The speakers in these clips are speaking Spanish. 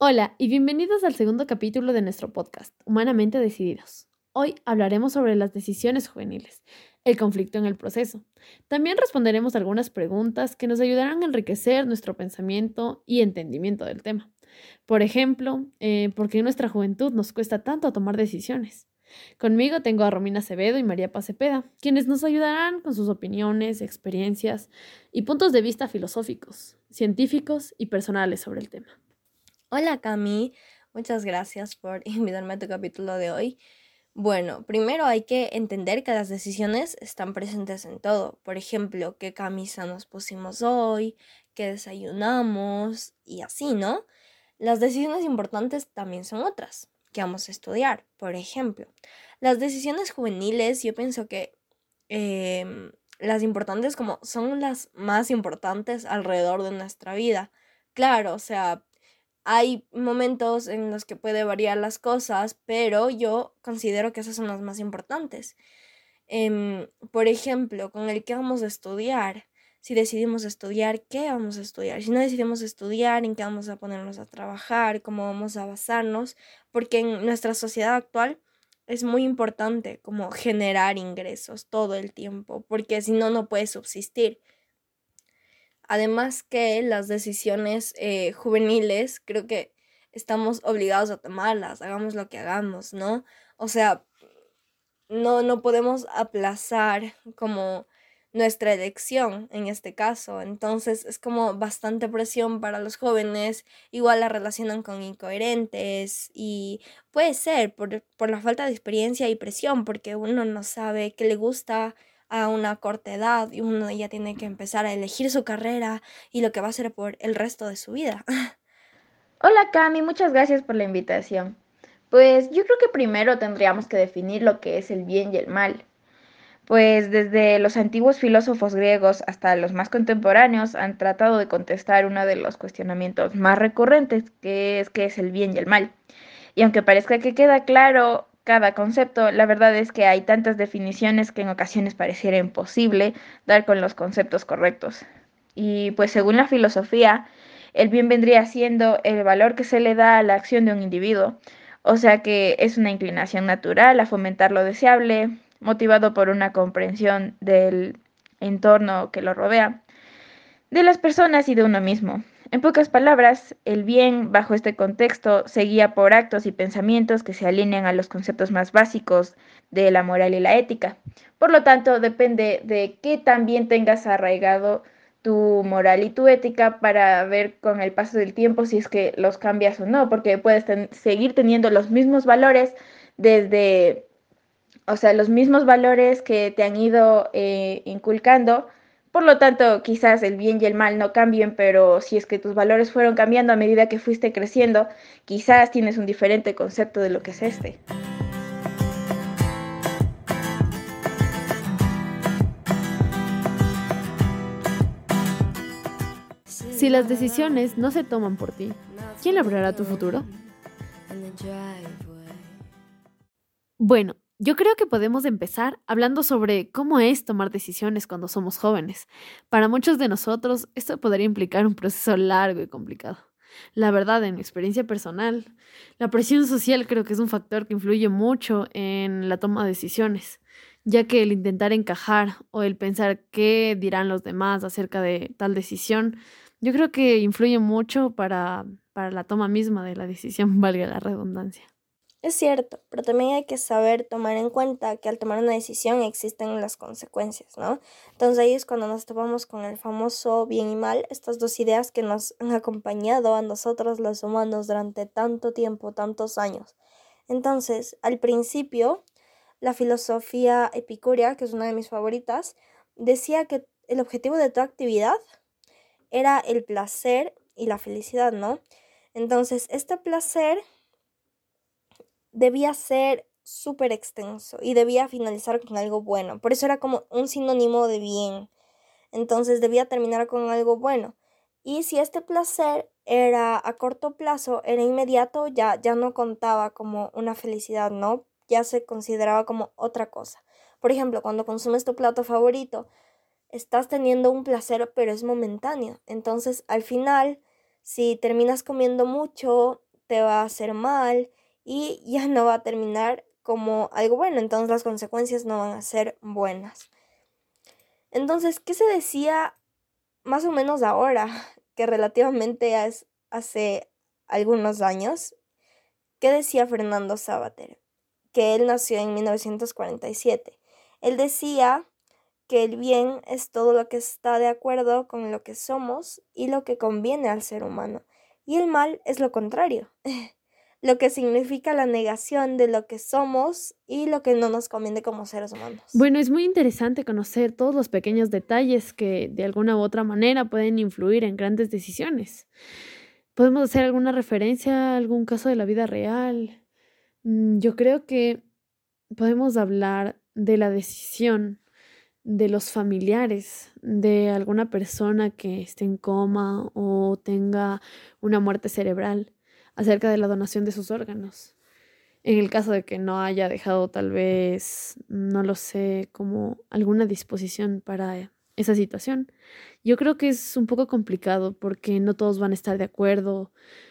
Hola y bienvenidos al segundo capítulo de nuestro podcast, Humanamente Decididos. Hoy hablaremos sobre las decisiones juveniles, el conflicto en el proceso. También responderemos algunas preguntas que nos ayudarán a enriquecer nuestro pensamiento y entendimiento del tema. Por ejemplo, ¿por qué en nuestra juventud nos cuesta tanto tomar decisiones? Conmigo tengo a Romina Acevedo y María Paz Cepeda, quienes nos ayudarán con sus opiniones, experiencias y puntos de vista filosóficos, científicos y personales sobre el tema. Hola Cami, muchas gracias por invitarme a tu capítulo de hoy. Bueno, primero hay que entender que las decisiones están presentes en todo. Por ejemplo, qué camisa nos pusimos hoy, qué desayunamos y así, ¿no? Las decisiones importantes también son otras, que vamos a estudiar. Por ejemplo, las decisiones juveniles, yo pienso que las importantes como son las más importantes alrededor de nuestra vida. Claro, o sea, hay momentos en los que puede variar las cosas, pero yo considero que esas son las más importantes. Por ejemplo, con el que vamos a estudiar. Si decidimos estudiar, ¿qué vamos a estudiar? Si no decidimos estudiar, ¿en qué vamos a ponernos a trabajar? ¿Cómo vamos a basarnos? Porque en nuestra sociedad actual es muy importante como generar ingresos todo el tiempo, porque si no, no puedes subsistir. Además que las decisiones juveniles creo que estamos obligados a tomarlas, hagamos lo que hagamos, ¿no? O sea, no podemos aplazar como nuestra elección en este caso. Entonces es como bastante presión para los jóvenes, igual la relacionan con incoherentes y puede ser por la falta de experiencia y presión, porque uno no sabe qué le gusta a una corta edad y uno ya tiene que empezar a elegir su carrera y lo que va a hacer por el resto de su vida. Hola Cami, muchas gracias por la invitación. Pues yo creo que primero tendríamos que definir lo que es el bien y el mal. Pues desde los antiguos filósofos griegos hasta los más contemporáneos han tratado de contestar uno de los cuestionamientos más recurrentes, que es qué es el bien y el mal. Y aunque parezca que queda claro cada concepto, la verdad es que hay tantas definiciones que en ocasiones pareciera imposible dar con los conceptos correctos. Y pues según la filosofía, el bien vendría siendo el valor que se le da a la acción de un individuo, o sea que es una inclinación natural a fomentar lo deseable, motivado por una comprensión del entorno que lo rodea, de las personas y de uno mismo. En pocas palabras, el bien bajo este contexto se guía por actos y pensamientos que se alinean a los conceptos más básicos de la moral y la ética. Por lo tanto, depende de qué tan bien tengas arraigado tu moral y tu ética para ver con el paso del tiempo si es que los cambias o no, porque puedes seguir teniendo los mismos valores desde, o sea, los mismos valores que te han ido inculcando. Por lo tanto, quizás el bien y el mal no cambien, pero si es que tus valores fueron cambiando a medida que fuiste creciendo, quizás tienes un diferente concepto de lo que es este. Si las decisiones no se toman por ti, ¿quién labrará tu futuro? Bueno, yo creo que podemos empezar hablando sobre cómo es tomar decisiones cuando somos jóvenes. Para muchos de nosotros, esto podría implicar un proceso largo y complicado. La verdad, en mi experiencia personal, la presión social creo que es un factor que influye mucho en la toma de decisiones, ya que el intentar encajar o el pensar qué dirán los demás acerca de tal decisión, yo creo que influye mucho para la toma misma de la decisión, valga la redundancia. Es cierto, pero también hay que saber tomar en cuenta que al tomar una decisión existen las consecuencias, ¿no? Entonces ahí es cuando nos topamos con el famoso bien y mal, estas dos ideas que nos han acompañado a nosotros los humanos durante tanto tiempo, tantos años. Entonces, al principio, la filosofía epicúrea, que es una de mis favoritas, decía que el objetivo de toda actividad era el placer y la felicidad, ¿no? Entonces, este placer debía ser súper extenso y debía finalizar con algo bueno. Por eso era como un sinónimo de bien. Entonces debía terminar con algo bueno. Y si este placer era a corto plazo, era inmediato, ya no contaba como una felicidad, ¿no? Ya se consideraba como otra cosa. Por ejemplo, cuando consumes tu plato favorito, estás teniendo un placer, pero es momentáneo. Entonces, al final, si terminas comiendo mucho, te va a hacer mal y ya no va a terminar como algo bueno, entonces las consecuencias no van a ser buenas. Entonces, ¿qué se decía más o menos ahora, que relativamente es hace algunos años? ¿Qué decía Fernando Savater? Que él nació en 1947. Él decía que el bien es todo lo que está de acuerdo con lo que somos y lo que conviene al ser humano. Y el mal es lo contrario, lo que significa la negación de lo que somos y lo que no nos conviene como seres humanos. Bueno, es muy interesante conocer todos los pequeños detalles que de alguna u otra manera pueden influir en grandes decisiones. ¿Podemos hacer alguna referencia a algún caso de la vida real? Yo creo que podemos hablar de la decisión de los familiares de alguna persona que esté en coma o tenga una muerte cerebral acerca de la donación de sus órganos. En el caso de que no haya dejado tal vez, no lo sé, como alguna disposición para esa situación. Yo creo que es un poco complicado porque no todos van a estar de acuerdo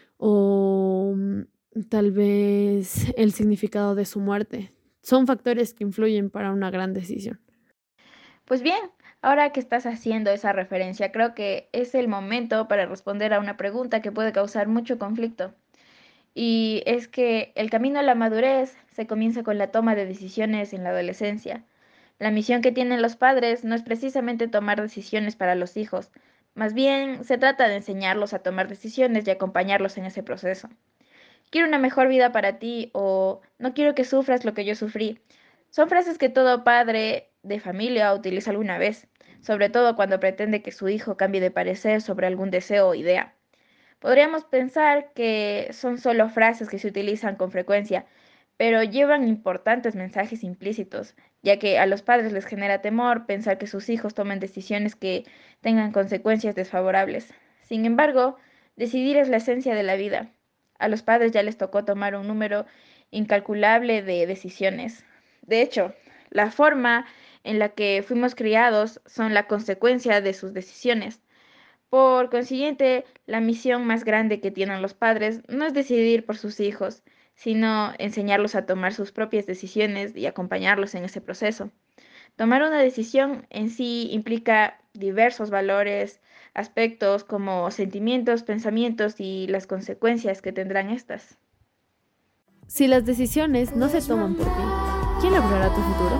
o tal vez el significado de su muerte. Son factores que influyen para una gran decisión. Pues bien, ahora que estás haciendo esa referencia, creo que es el momento para responder a una pregunta que puede causar mucho conflicto. Y es que el camino a la madurez se comienza con la toma de decisiones en la adolescencia. La misión que tienen los padres no es precisamente tomar decisiones para los hijos, más bien se trata de enseñarlos a tomar decisiones y acompañarlos en ese proceso. Quiero una mejor vida para ti o no quiero que sufras lo que yo sufrí. Son frases que todo padre de familia utiliza alguna vez, sobre todo cuando pretende que su hijo cambie de parecer sobre algún deseo o idea. Podríamos pensar que son solo frases que se utilizan con frecuencia, pero llevan importantes mensajes implícitos, ya que a los padres les genera temor pensar que sus hijos tomen decisiones que tengan consecuencias desfavorables. Sin embargo, decidir es la esencia de la vida. A los padres ya les tocó tomar un número incalculable de decisiones. De hecho, la forma en la que fuimos criados son la consecuencia de sus decisiones. Por consiguiente, la misión más grande que tienen los padres no es decidir por sus hijos, sino enseñarlos a tomar sus propias decisiones y acompañarlos en ese proceso. Tomar una decisión en sí implica diversos valores, aspectos como sentimientos, pensamientos y las consecuencias que tendrán estas. Si las decisiones no se toman por ti, ¿quién logrará tu futuro?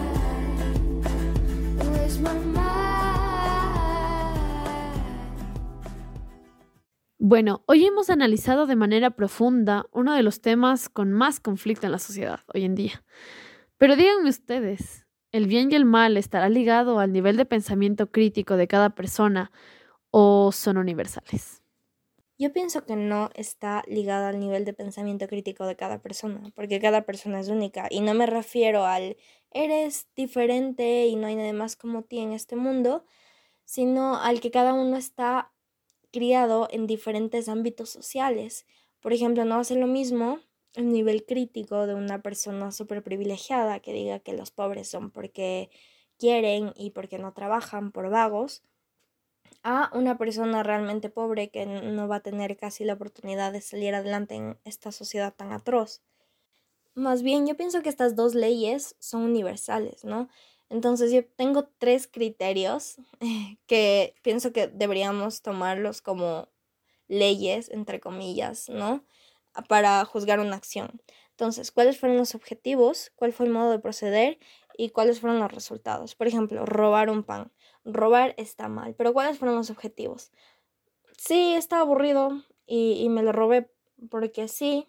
Bueno, hoy hemos analizado de manera profunda uno de los temas con más conflicto en la sociedad hoy en día. Pero díganme ustedes, ¿el bien y el mal estará ligado al nivel de pensamiento crítico de cada persona o son universales? Yo pienso que no está ligado al nivel de pensamiento crítico de cada persona, porque cada persona es única y no me refiero al eres diferente y no hay nadie más como ti en este mundo, sino al que cada uno está criado en diferentes ámbitos sociales. Por ejemplo, no va a ser lo mismo el nivel crítico de una persona súper privilegiada que diga que los pobres son porque quieren y porque no trabajan por vagos, a una persona realmente pobre que no va a tener casi la oportunidad de salir adelante en esta sociedad tan atroz. Más bien, yo pienso que estas dos leyes son universales, ¿no? Entonces yo tengo tres criterios que pienso que deberíamos tomarlos como leyes, entre comillas, ¿no? Para juzgar una acción. Entonces, ¿cuáles fueron los objetivos? ¿Cuál fue el modo de proceder? ¿Y cuáles fueron los resultados? Por ejemplo, robar un pan. Robar está mal, pero ¿cuáles fueron los objetivos? Sí, estaba aburrido y me lo robé porque sí.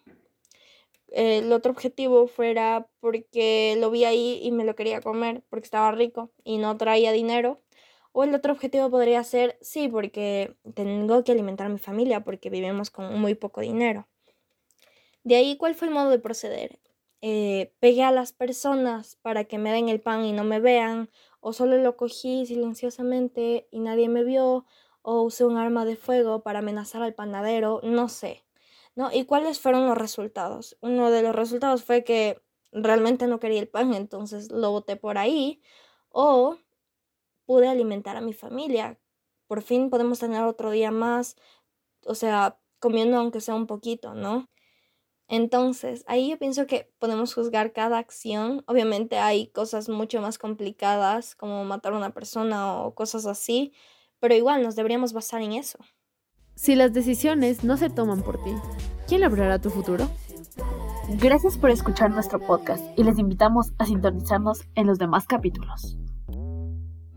El otro objetivo fuera porque lo vi ahí y me lo quería comer porque estaba rico y no traía dinero. O el otro objetivo podría ser, sí, porque tengo que alimentar a mi familia porque vivimos con muy poco dinero. De ahí, ¿cuál fue el modo de proceder? Pegué a las personas para que me den el pan y no me vean, o solo lo cogí silenciosamente y nadie me vio, o usé un arma de fuego para amenazar al panadero, no sé, ¿no? ¿Y cuáles fueron los resultados? Uno de los resultados fue que realmente no quería el pan, entonces lo boté por ahí, o pude alimentar a mi familia. Por fin podemos tener otro día más, o sea, comiendo aunque sea un poquito, ¿no? Entonces, ahí yo pienso que podemos juzgar cada acción. Obviamente hay cosas mucho más complicadas como matar a una persona o cosas así, pero igual nos deberíamos basar en eso. Si las decisiones no se toman por ti, ¿quién labrará tu futuro? Gracias por escuchar nuestro podcast y les invitamos a sintonizarnos en los demás capítulos.